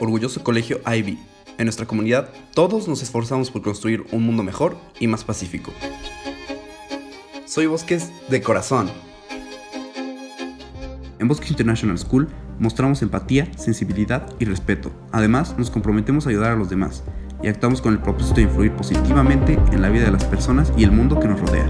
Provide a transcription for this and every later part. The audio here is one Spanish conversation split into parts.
orgulloso colegio Ivy. En nuestra comunidad, todos nos esforzamos por construir un mundo mejor y más pacífico. Soy Bosques de corazón. En Bosques International School mostramos empatía, sensibilidad y respeto. Además, nos comprometemos a ayudar a los demás y actuamos con el propósito de influir positivamente en la vida de las personas y el mundo que nos rodea.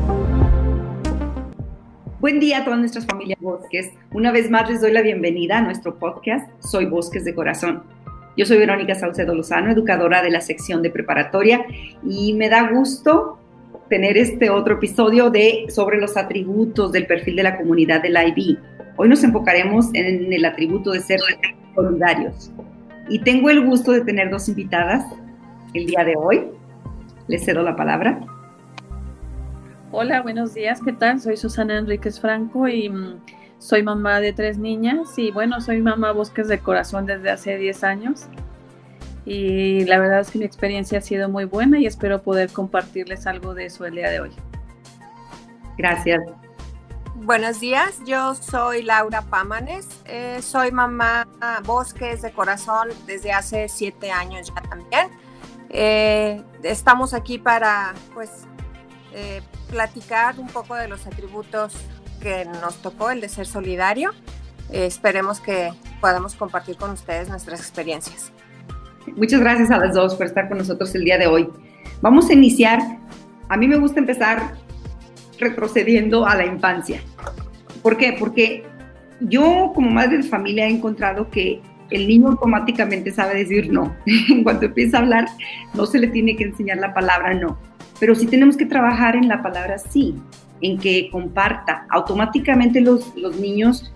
Buen día a todas nuestras familias Bosques. Una vez más les doy la bienvenida a nuestro podcast Soy Bosques de Corazón. Yo soy Verónica Saucedo Lozano, educadora de la sección de preparatoria, y me da gusto tener este otro episodio sobre los atributos del perfil de la comunidad del IB. Hoy nos enfocaremos en el atributo de ser solidarios. Y tengo el gusto de tener dos invitadas el día de hoy. Les cedo la palabra. Hola, buenos días, ¿qué tal? Soy Susana Enríquez Franco y soy mamá de 3 niñas y bueno, soy mamá Bosques de Corazón desde hace 10 años y la verdad es que mi experiencia ha sido muy buena y espero poder compartirles algo de eso el día de hoy. Gracias. Buenos días, yo soy Laura Pámanes, soy mamá Bosques de Corazón desde hace 7 años ya también. Estamos aquí para platicar un poco de los atributos que nos tocó, el de ser solidario. Esperemos que podamos compartir con ustedes nuestras experiencias. Muchas gracias a las dos por estar con nosotros el día de hoy. Vamos a iniciar. A mí me gusta empezar retrocediendo a la infancia. ¿Por qué? Porque yo como madre de familia he encontrado que el niño automáticamente sabe decir no. En cuanto empieza a hablar, no se le tiene que enseñar la palabra no. Pero sí tenemos que trabajar en la palabra sí, en que comparta. Automáticamente los niños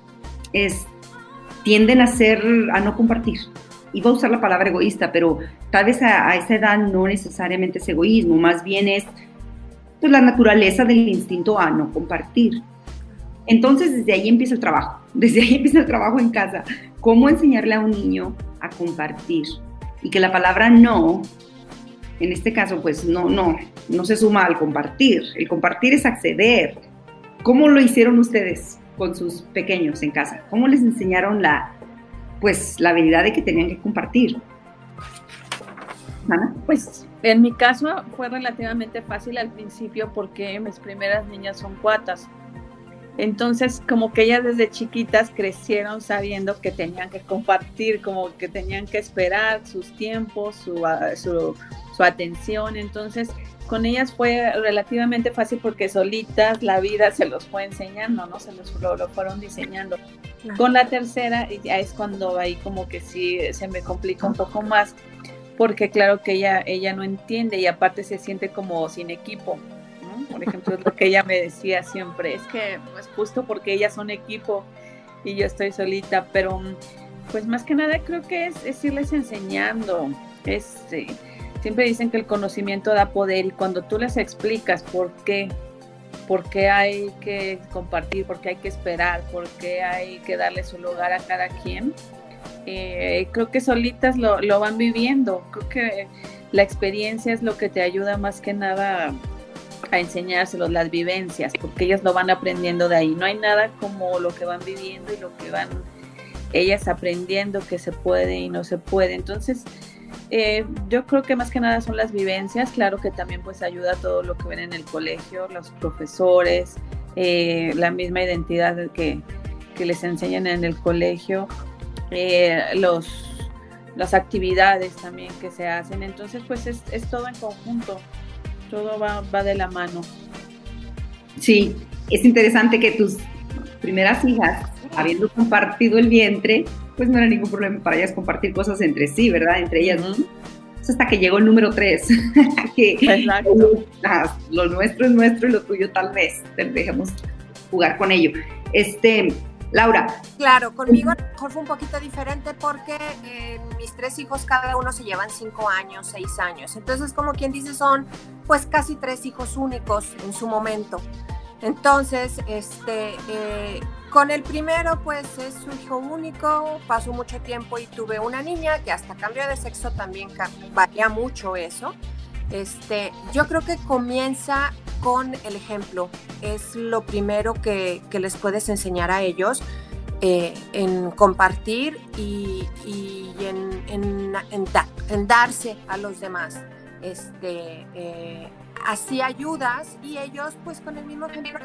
tienden a no compartir. Iba a usar la palabra egoísta, pero tal vez a esa edad no necesariamente es egoísmo, más bien es la naturaleza del instinto a no compartir. Entonces desde ahí empieza el trabajo en casa. ¿Cómo enseñarle a un niño a compartir? Y que la palabra no, en este caso, pues no se suma al compartir. El compartir es acceder. ¿Cómo lo hicieron ustedes con sus pequeños en casa? ¿Cómo les enseñaron la habilidad de que tenían que compartir? ¿Ana? Pues en mi caso fue relativamente fácil al principio porque mis primeras niñas son cuatas. Entonces, como que ellas desde chiquitas crecieron sabiendo que tenían que compartir, como que tenían que esperar sus tiempos, su atención. Entonces, con ellas fue relativamente fácil porque solitas la vida se los fue enseñando, ¿no? Se lo fueron diseñando. Con la tercera ya es cuando ahí como que sí se me complica un poco más, porque claro que ella no entiende y aparte se siente como sin equipo. Por ejemplo, es lo que ella me decía siempre, es que no es justo porque ellas son equipo y yo estoy solita, pero pues más que nada creo que es irles enseñando. Siempre dicen que el conocimiento da poder y cuando tú les explicas por qué hay que compartir, por qué hay que esperar, por qué hay que darle su lugar a cada quien, creo que solitas lo van viviendo. Creo que la experiencia es lo que te ayuda más que nada a enseñárselos, las vivencias, porque ellas lo van aprendiendo de ahí. No hay nada como lo que van viviendo y lo que van ellas aprendiendo que se puede y no se puede. Entonces, yo creo que más que nada son las vivencias. Claro que también pues ayuda todo lo que ven en el colegio, los profesores, la misma identidad que les enseñan en el colegio, las actividades también que se hacen. Entonces, pues es todo en conjunto. Todo va de la mano. Sí, es interesante que tus primeras hijas, habiendo compartido el vientre, pues no era ningún problema para ellas compartir cosas entre sí, ¿verdad? Entre ellas. Uh-huh. Hasta que llegó el número 3. Exacto. Lo nuestro es nuestro y lo tuyo tal vez. Dejemos jugar con ello. Laura. Claro, conmigo a lo mejor fue un poquito diferente porque mis 3 hijos cada uno se llevan 5 años, 6 años. Entonces, como quien dice, son pues casi 3 hijos únicos en su momento. Entonces, con el primero pues es su hijo único, pasó mucho tiempo y tuve una niña que hasta cambió de sexo también varía mucho eso. Yo creo que comienza con el ejemplo, es lo primero que les puedes enseñar a ellos. en compartir y en darse a los demás. Así ayudas y ellos pues con el mismo ejemplo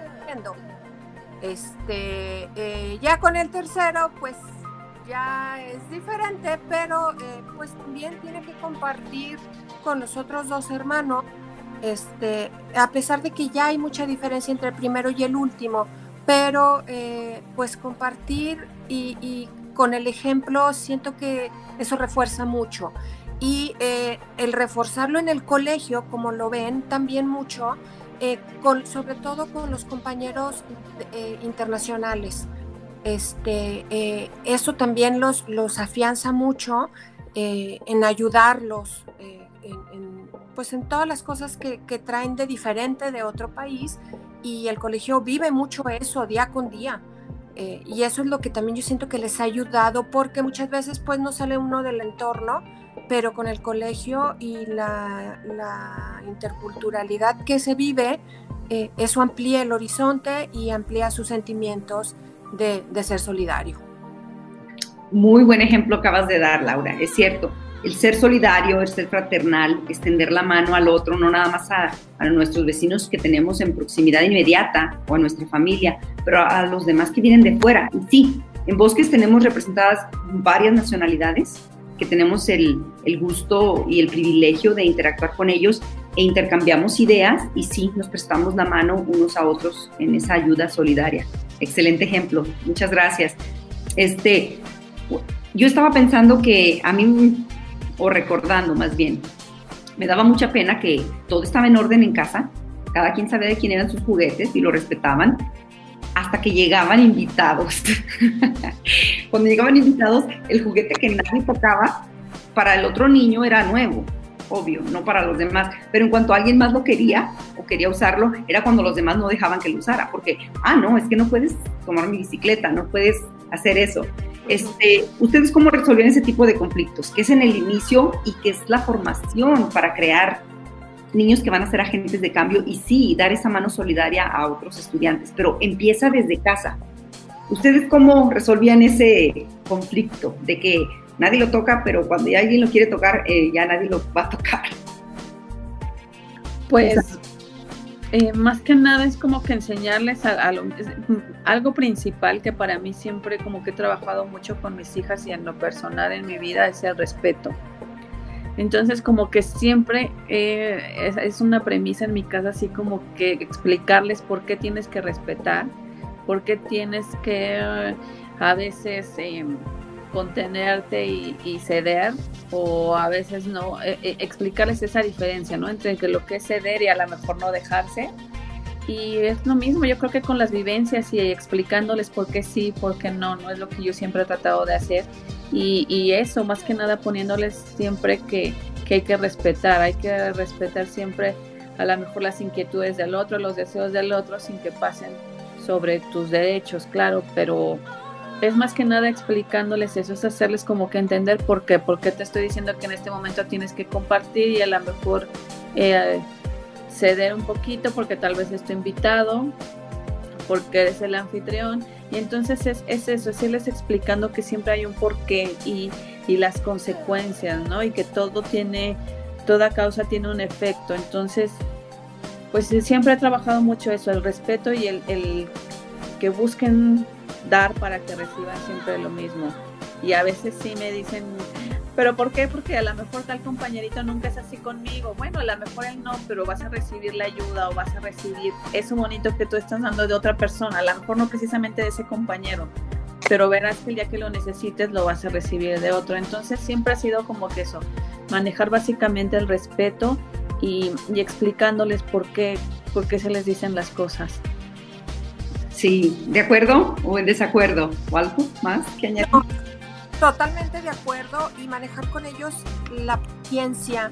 ya con el tercero pues ya es diferente, pero pues también tiene que compartir con los otros dos hermanos, a pesar de que ya hay mucha diferencia entre el primero y el último, pero pues compartir y con el ejemplo siento que eso refuerza mucho. Y el reforzarlo en el colegio, como lo ven también mucho, sobre todo con los compañeros internacionales. Eso también los afianza mucho en ayudarlos pues en todas las cosas que traen de diferente de otro país, y el colegio vive mucho eso día con día. Y eso es lo que también yo siento que les ha ayudado, porque muchas veces pues no sale uno del entorno, pero con el colegio y la interculturalidad que se vive, eso amplía el horizonte y amplía sus sentimientos de ser solidario. Muy buen ejemplo acabas de dar, Laura, es cierto. El ser solidario, el ser fraternal, extender la mano al otro, no nada más a nuestros vecinos que tenemos en proximidad inmediata o a nuestra familia, pero a los demás que vienen de fuera. Y sí, en Bosques tenemos representadas varias nacionalidades, que tenemos el gusto y el privilegio de interactuar con ellos e intercambiamos ideas y sí, nos prestamos la mano unos a otros en esa ayuda solidaria. Excelente ejemplo, muchas gracias. Yo estaba pensando que a mí, o recordando más bien, me daba mucha pena que todo estaba en orden en casa, cada quien sabía de quién eran sus juguetes y lo respetaban, hasta que llegaban invitados. Cuando llegaban invitados, el juguete que nadie tocaba, para el otro niño era nuevo, obvio, no para los demás, pero en cuanto alguien más lo quería o quería usarlo, era cuando los demás no dejaban que lo usara, porque, no, es que no puedes tomar mi bicicleta, no puedes hacer eso. ¿Ustedes cómo resolvían ese tipo de conflictos? ¿Qué es en el inicio y qué es la formación para crear niños que van a ser agentes de cambio y sí, dar esa mano solidaria a otros estudiantes? Pero empieza desde casa. ¿Ustedes cómo resolvían ese conflicto de que nadie lo toca, pero cuando ya alguien lo quiere tocar, ya nadie lo va a tocar? Pues más que nada es como que enseñarles algo principal que para mí siempre como que he trabajado mucho con mis hijas y en lo personal en mi vida es el respeto. Entonces como que siempre es una premisa en mi casa, así como que explicarles por qué tienes que respetar, por qué tienes que a veces contenerte y ceder, o a veces no, explicarles esa diferencia, ¿no? Entre que lo que es ceder y a lo mejor no dejarse. Y es lo mismo, yo creo que con las vivencias y explicándoles por qué sí, por qué no es lo que yo siempre he tratado de hacer. Y eso, más que nada poniéndoles siempre que hay que respetar siempre a lo mejor las inquietudes del otro, los deseos del otro, sin que pasen sobre tus derechos, claro, pero es más que nada explicándoles eso, es hacerles como que entender por qué te estoy diciendo que en este momento tienes que compartir y a lo mejor ceder un poquito porque tal vez estoy invitado, porque eres el anfitrión. Y entonces es eso, es irles explicando que siempre hay un porqué y las consecuencias, ¿no? Y que toda causa tiene un efecto. Entonces, pues siempre he trabajado mucho eso, el respeto y el que busquen dar para que reciban siempre lo mismo. Y a veces sí me dicen, ¿pero por qué? Porque a lo mejor tal compañerito nunca es así conmigo. Bueno, a lo mejor él no, pero vas a recibir la ayuda o vas a recibir eso bonito que tú estás dando de otra persona. A lo mejor no precisamente de ese compañero, pero verás que el día que lo necesites lo vas a recibir de otro. Entonces siempre ha sido como que eso, manejar básicamente el respeto y explicándoles por qué se les dicen las cosas. Sí, ¿de acuerdo o en desacuerdo? ¿O algo más que añadir? No, totalmente de acuerdo, y manejar con ellos la paciencia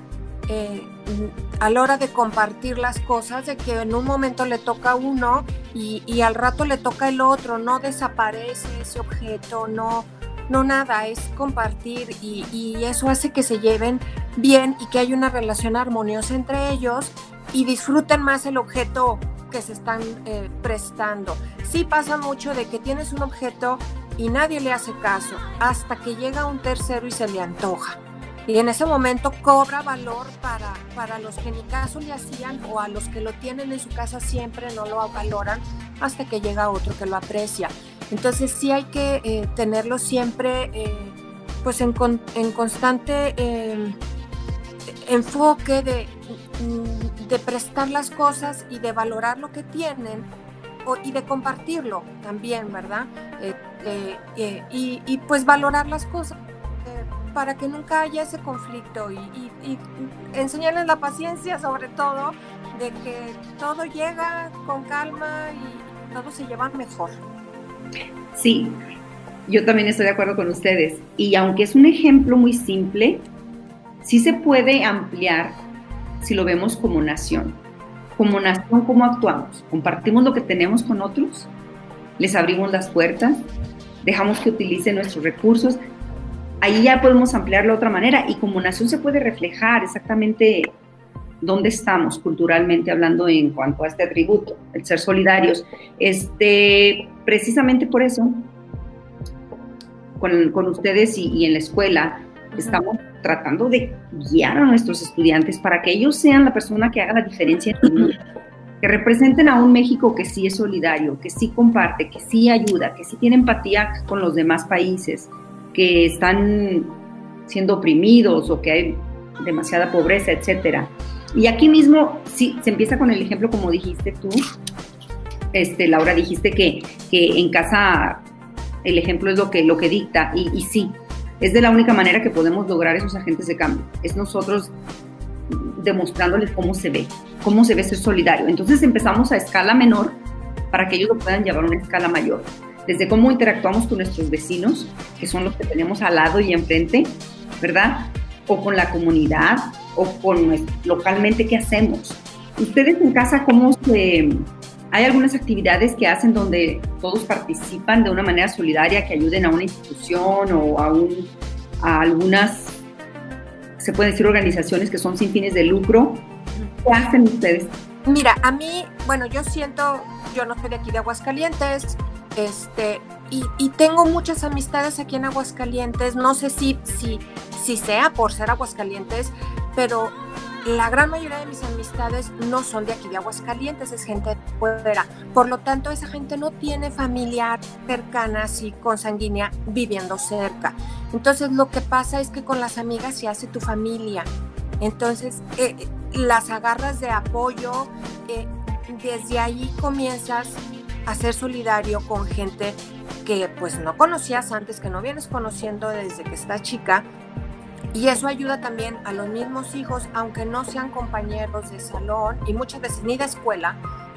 a la hora de compartir las cosas, de que en un momento le toca a uno y al rato le toca el otro, no desaparece ese objeto, no nada, es compartir y eso hace que se lleven bien y que haya una relación armoniosa entre ellos y disfruten más el objeto que se están prestando. sí pasa mucho de que tienes un objeto y nadie le hace caso hasta que llega un tercero y se le antoja. Y en ese momento cobra valor para los que ni caso le hacían, o a los que lo tienen en su casa siempre no lo valoran hasta que llega otro que lo aprecia. Entonces sí hay que tenerlo siempre pues en constante enfoque de prestar las cosas y de valorar lo que tienen y de compartirlo también, ¿verdad? Y pues valorar las cosas para que nunca haya ese conflicto y enseñarles la paciencia, sobre todo, de que todo llega con calma y todo se lleva mejor. Sí, yo también estoy de acuerdo con ustedes. Y aunque es un ejemplo muy simple, sí se puede ampliar si lo vemos como nación. Como nación, ¿cómo actuamos? ¿Compartimos lo que tenemos con otros? ¿Les abrimos las puertas? ¿Dejamos que utilicen nuestros recursos? Ahí ya podemos ampliarlo de otra manera, y como nación se puede reflejar exactamente dónde estamos culturalmente hablando en cuanto a este atributo, el ser solidarios. Precisamente por eso, con ustedes y en la escuela, estamos tratando de guiar a nuestros estudiantes para que ellos sean la persona que haga la diferencia en el mundo, que representen a un México que sí es solidario, que sí comparte, que sí ayuda, que sí tiene empatía con los demás países que están siendo oprimidos o que hay demasiada pobreza, etcétera. Y aquí mismo sí se empieza con el ejemplo, como dijiste tú, Laura, dijiste que en casa el ejemplo es lo que dicta, y sí, es de la única manera que podemos lograr esos agentes de cambio, es nosotros demostrándoles cómo se ve ser solidario. Entonces empezamos a escala menor para que ellos lo puedan llevar a una escala mayor, desde cómo interactuamos con nuestros vecinos, que son los que tenemos al lado y enfrente, ¿verdad? O con la comunidad, o localmente, ¿qué hacemos? Ustedes en casa, hay algunas actividades que hacen donde todos participan de una manera solidaria, que ayuden a una institución o a algunas, se pueden decir, organizaciones que son sin fines de lucro? ¿Qué hacen ustedes? Mira, a mí, bueno, yo no soy de aquí de Aguascalientes, y tengo muchas amistades aquí en Aguascalientes. No sé si sea por ser Aguascalientes, pero la gran mayoría de mis amistades no son de aquí de Aguascalientes, es gente de fuera. Por lo tanto, esa gente no tiene familiar cercana, así consanguínea, viviendo cerca. Entonces, lo que pasa es que con las amigas se hace tu familia. Entonces, las agarras de apoyo, desde ahí comienzas a ser solidario con gente que pues no conocías antes, que no vienes conociendo desde que estás chica, y eso ayuda también a los mismos hijos, aunque no sean compañeros de salón y muchas veces ni de escuela,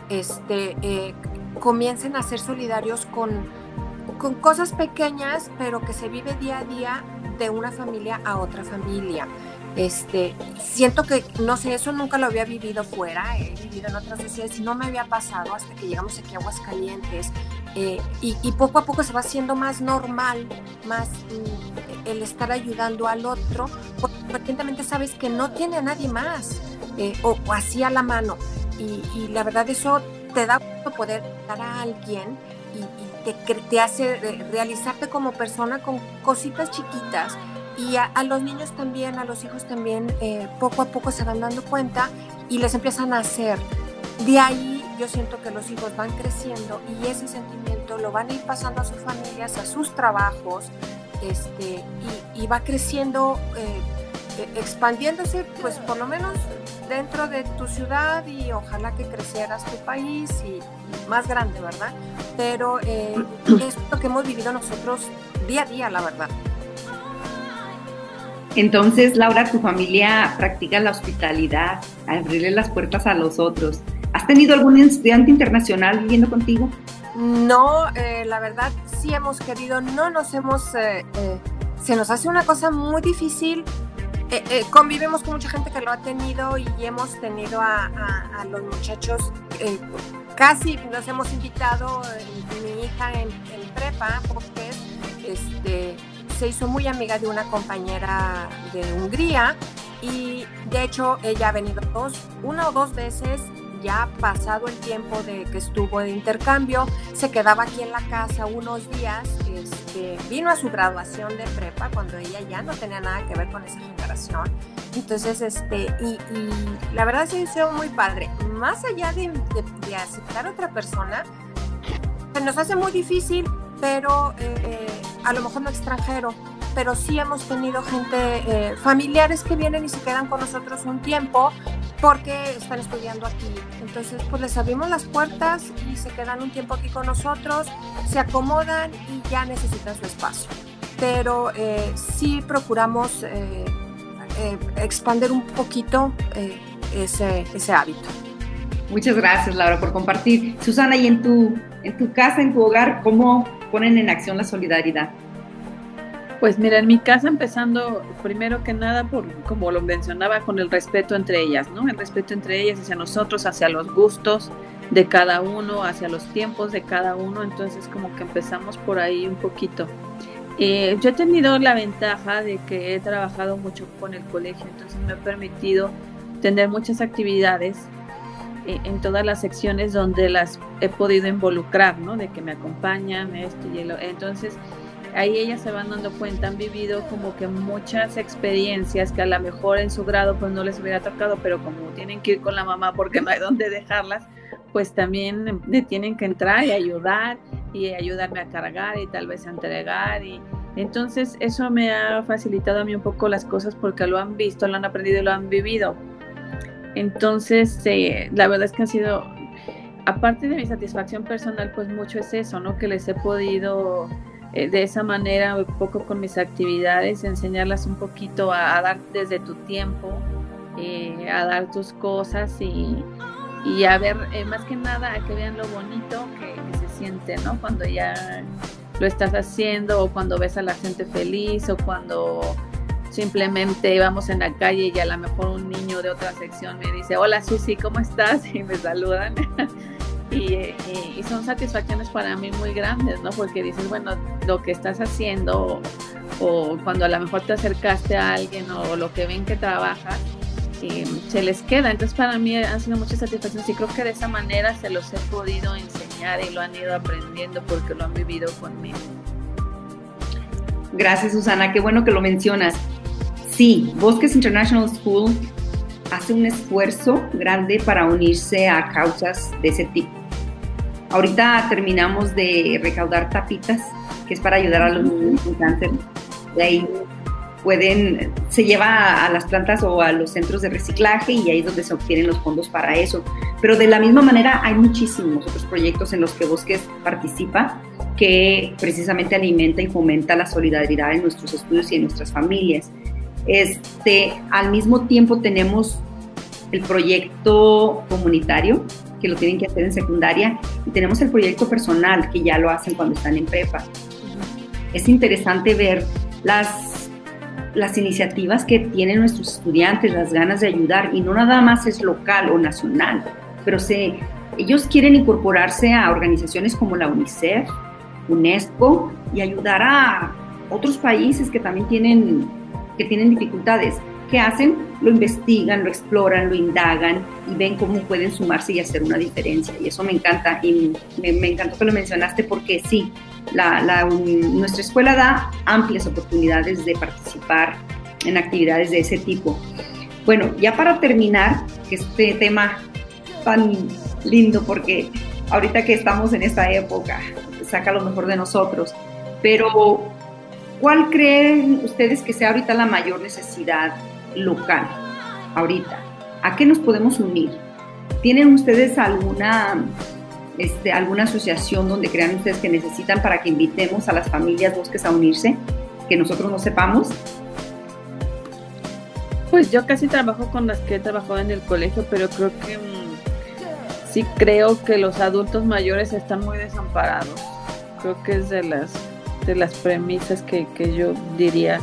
comiencen a ser solidarios con cosas pequeñas, pero que se vive día a día de una familia a otra familia. Siento que, no sé, eso nunca lo había vivido fuera, he vivido en otras sociedades y no me había pasado hasta que llegamos aquí a Aguascalientes, y poco a poco se va haciendo más normal, más el estar ayudando al otro, porque recientemente sabes que no tiene a nadie más, o así a la mano, y la verdad eso te da poder dar a alguien y te hace realizarte como persona con cositas chiquitas. Y a los niños también, a los hijos también, poco a poco se van dando cuenta y les empiezan a hacer. De ahí yo siento que los hijos van creciendo y ese sentimiento lo van a ir pasando a sus familias, a sus trabajos, y va creciendo, expandiéndose, pues por lo menos dentro de tu ciudad, y ojalá que crecieras tu país y más grande, ¿verdad? Pero es lo que hemos vivido nosotros día a día, la verdad. Entonces, Laura, tu familia practica la hospitalidad, abrirle las puertas a los otros. ¿Has tenido algún estudiante internacional viviendo contigo? No, la verdad sí hemos querido, no nos hemos, se nos hace una cosa muy difícil. Convivimos con mucha gente que lo ha tenido y hemos tenido a los muchachos, casi los hemos invitado, mi hija en prepa, porque se hizo muy amiga de una compañera de Hungría, y de hecho ella ha venido una o dos veces ya pasado el tiempo de que estuvo de intercambio, se quedaba aquí en la casa unos días. Vino a su graduación de prepa cuando ella ya no tenía nada que ver con esa generación. Entonces, y la verdad se hizo muy padre. Más allá de aceptar a otra persona, se nos hace muy difícil, pero a lo mejor no extranjero, pero sí hemos tenido gente, familiares que vienen y se quedan con nosotros un tiempo porque están estudiando aquí. Entonces, pues les abrimos las puertas y se quedan un tiempo aquí con nosotros, se acomodan y ya necesitan su espacio. Pero sí procuramos expandir un poquito ese hábito. Muchas gracias, Laura, por compartir. Susana, y en tu casa, en tu hogar, ¿cómo ponen en acción la solidaridad? Pues mira, en mi casa empezando, primero que nada, como lo mencionaba, con el respeto entre ellas, ¿no? El respeto entre ellas hacia nosotros, hacia los gustos de cada uno, hacia los tiempos de cada uno. Entonces como que empezamos por ahí un poquito. Yo he tenido la ventaja de que he trabajado mucho con el colegio, entonces me ha permitido tener muchas actividades en todas las secciones donde las he podido involucrar, ¿no? De que me acompañan, esto y lo. Entonces ahí ellas se van dando cuenta, han vivido como que muchas experiencias que a lo mejor en su grado pues no les hubiera tocado, pero como tienen que ir con la mamá porque no hay dónde dejarlas, pues también tienen que entrar y ayudar y ayudarme a cargar y tal vez a entregar. Y entonces eso me ha facilitado a mí un poco las cosas porque lo han visto, lo han aprendido y lo han vivido. Entonces la verdad es que han sido, aparte de mi satisfacción personal, pues mucho es eso, ¿no? Que les he podido de esa manera, un poco con mis actividades, enseñarlas un poquito a dar desde tu tiempo, a dar tus cosas y a ver, más que nada, a que vean lo bonito que se siente, ¿no? Cuando ya lo estás haciendo, o cuando ves a la gente feliz, o cuando simplemente vamos en la calle y a lo mejor un niño de otra sección me dice, hola Susi, ¿cómo estás? Y me saludan. Y son satisfacciones para mí muy grandes, ¿no? Porque dices, bueno, lo que estás haciendo, o cuando a lo mejor te acercaste a alguien, o lo que ven que trabajas, se les queda. Entonces para mí han sido muchas satisfacciones y creo que de esa manera se los he podido enseñar y lo han ido aprendiendo porque lo han vivido conmigo. Gracias, Susana, qué bueno que lo mencionas. Sí, Bosques International School hace un esfuerzo grande para unirse a causas de ese tipo. Ahorita terminamos de recaudar tapitas, que es para ayudar a los niños con cáncer. De ahí se lleva a las plantas o a los centros de reciclaje y ahí es donde se obtienen los fondos para eso. Pero de la misma manera hay muchísimos otros proyectos en los que Bosques participa que precisamente alimenta y fomenta la solidaridad en nuestros estudios y en nuestras familias. Al mismo tiempo tenemos el proyecto comunitario, que lo tienen que hacer en secundaria, y tenemos el proyecto personal, que ya lo hacen cuando están en prepa. Es interesante ver las iniciativas que tienen nuestros estudiantes, las ganas de ayudar, y no nada más es local o nacional, pero ellos quieren incorporarse a organizaciones como la UNICEF, UNESCO, y ayudar a otros países que también tienen dificultades. ¿Qué hacen? Lo investigan, lo exploran, lo indagan y ven cómo pueden sumarse y hacer una diferencia. Y eso me encanta, y me encantó que lo mencionaste porque sí, nuestra escuela da amplias oportunidades de participar en actividades de ese tipo. Bueno, ya para terminar, este tema tan lindo, porque ahorita que estamos en esta época, saca lo mejor de nosotros, pero ¿cuál creen ustedes que sea ahorita la mayor necesidad local? Ahorita, ¿a qué nos podemos unir? ¿Tienen ustedes alguna asociación donde crean ustedes que necesitan para que invitemos a las familias Bosques a unirse, que nosotros no sepamos? Pues yo casi trabajo con las que he trabajado en el colegio, pero creo que sí creo que los adultos mayores están muy desamparados. Creo que es de las premisas que yo diría,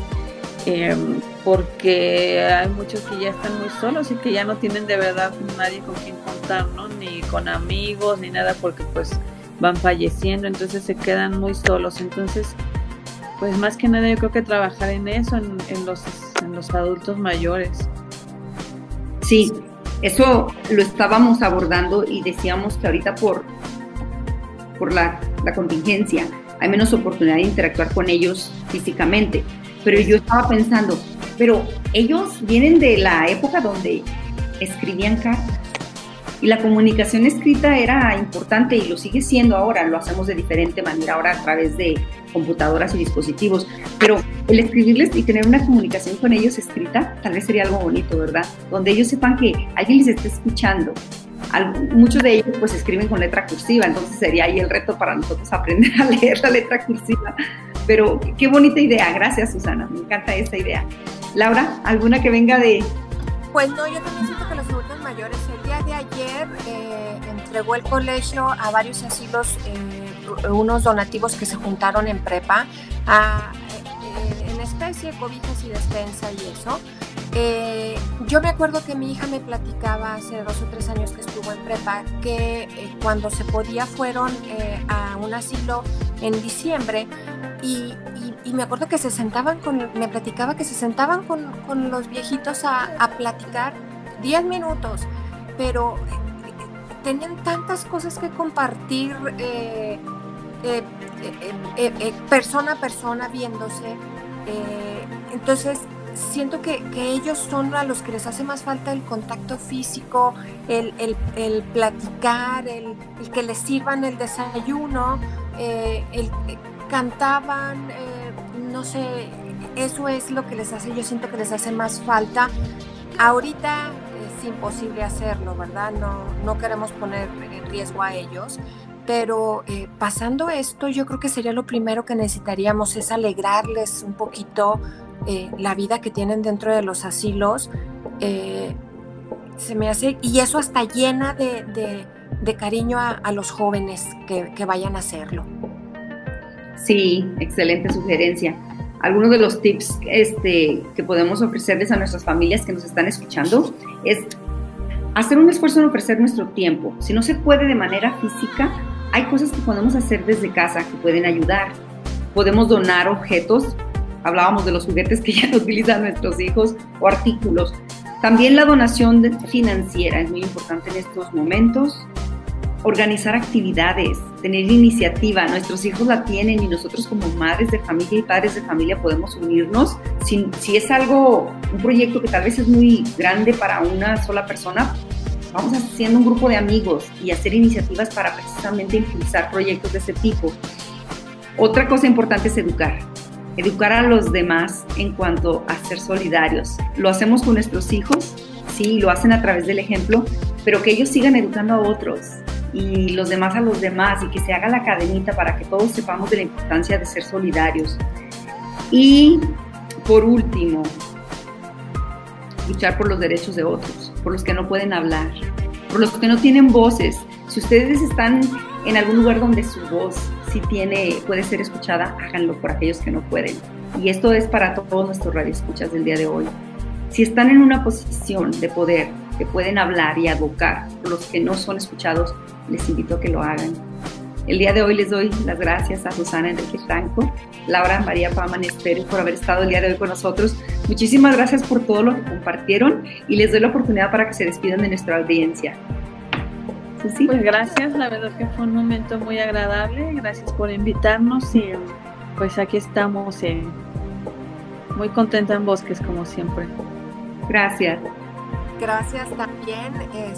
porque hay muchos que ya están muy solos y que ya no tienen de verdad nadie con quien contar, ¿no? Ni con amigos ni nada, porque pues van falleciendo, entonces se quedan muy solos. Entonces pues más que nada yo creo que trabajar en eso, en los adultos mayores. Sí, eso lo estábamos abordando y decíamos que ahorita por la contingencia hay menos oportunidad de interactuar con ellos físicamente. Pero yo estaba pensando, pero ellos vienen de la época donde escribían cartas y la comunicación escrita era importante y lo sigue siendo ahora, lo hacemos de diferente manera ahora a través de computadoras y dispositivos, pero el escribirles y tener una comunicación con ellos escrita tal vez sería algo bonito, ¿verdad? Donde ellos sepan que alguien les está escuchando. Muchos de ellos pues escriben con letra cursiva, entonces sería ahí el reto para nosotros aprender a leer la letra cursiva. Pero qué bonita idea, gracias Susana, me encanta esta idea. Laura, ¿alguna que venga de...? Pues no, yo también siento que los adultos mayores, el día de ayer entregó el colegio a varios asilos unos donativos que se juntaron en prepa, en especie, cobijas y despensa y eso. Yo me acuerdo que mi hija me platicaba hace 2 o 3 años que estuvo en prepa que cuando se podía fueron a un asilo en diciembre y me acuerdo que me platicaba que se sentaban con los viejitos a platicar 10 minutos, pero tenían tantas cosas que compartir persona a persona viéndose, entonces siento que ellos son a los que les hace más falta el contacto físico, el platicar, el que les sirvan el desayuno, cantaban, no sé, eso es lo que les hace, yo siento que les hace más falta. Ahorita es imposible hacerlo, ¿verdad? No queremos poner en riesgo a ellos, pero pasando esto, yo creo que sería lo primero que necesitaríamos, es alegrarles un poquito la vida que tienen dentro de los asilos. Se me hace, y eso hasta llena de cariño a los jóvenes que vayan a hacerlo. Sí, excelente sugerencia. Algunos de los tips que podemos ofrecerles a nuestras familias que nos están escuchando es hacer un esfuerzo en ofrecer nuestro tiempo. Si no se puede de manera física, hay cosas que podemos hacer desde casa que pueden ayudar. Podemos donar objetos. Hablábamos de los juguetes que ya no utilizan nuestros hijos o artículos. También la donación financiera es muy importante en estos momentos. Organizar actividades, tener iniciativa. Nuestros hijos la tienen y nosotros como madres de familia y padres de familia podemos unirnos. Si es un proyecto que tal vez es muy grande para una sola persona, vamos haciendo un grupo de amigos y hacer iniciativas para precisamente impulsar proyectos de ese tipo. Otra cosa importante es educar a los demás en cuanto a ser solidarios. Lo hacemos con nuestros hijos, sí, lo hacen a través del ejemplo, pero que ellos sigan educando a otros y los demás a los demás y que se haga la cadenita para que todos sepamos de la importancia de ser solidarios. Y por último, luchar por los derechos de otros, por los que no pueden hablar, por los que no tienen voces. Si ustedes están en algún lugar donde su voz sí puede ser escuchada, háganlo por aquellos que no pueden. Y esto es para todos nuestros radioescuchas del día de hoy. Si están en una posición de poder, que pueden hablar y advocar por los que no son escuchados, les invito a que lo hagan. El día de hoy les doy las gracias a Susana Enrique Franco, Laura María Pámanes Pérez por haber estado el día de hoy con nosotros. Muchísimas gracias por todo lo que compartieron y les doy la oportunidad para que se despidan de nuestra audiencia. ¿Sí? Pues gracias, la verdad que fue un momento muy agradable, gracias por invitarnos y pues aquí estamos muy contenta en Bosques como siempre. Gracias. Gracias también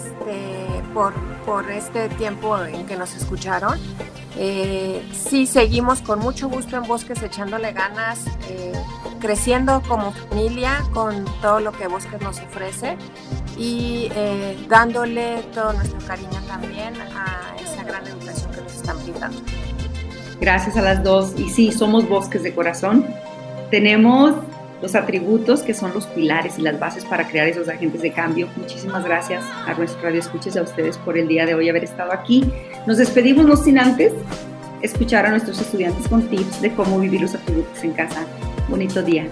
por este tiempo en que nos escucharon. Sí, seguimos con mucho gusto en Bosques echándole ganas, creciendo como familia con todo lo que Bosques nos ofrece y dándole todo nuestro cariño también a esa gran educación que nos están brindando. Gracias a las dos. Y sí, somos Bosques de corazón. Tenemos los atributos que son los pilares y las bases para crear esos agentes de cambio. Muchísimas gracias a nuestros radioescuchas y a ustedes por el día de hoy haber estado aquí. Nos despedimos no sin antes escuchar a nuestros estudiantes con tips de cómo vivir los atributos en casa. Bonito día.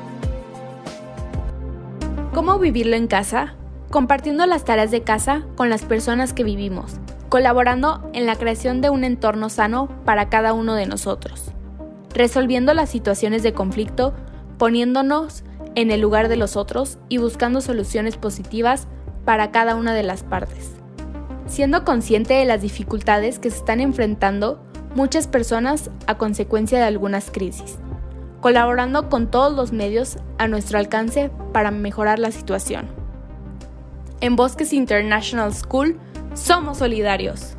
¿Cómo vivirlo en casa? Compartiendo las tareas de casa con las personas que vivimos, colaborando en la creación de un entorno sano para cada uno de nosotros, resolviendo las situaciones de conflicto, poniéndonos en el lugar de los otros y buscando soluciones positivas para cada una de las partes. Siendo consciente de las dificultades que se están enfrentando muchas personas a consecuencia de algunas crisis, colaborando con todos los medios a nuestro alcance para mejorar la situación. En Bosques International School, somos solidarios.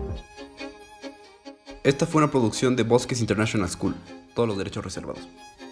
Esta fue una producción de Bosques International School. Todos los derechos reservados.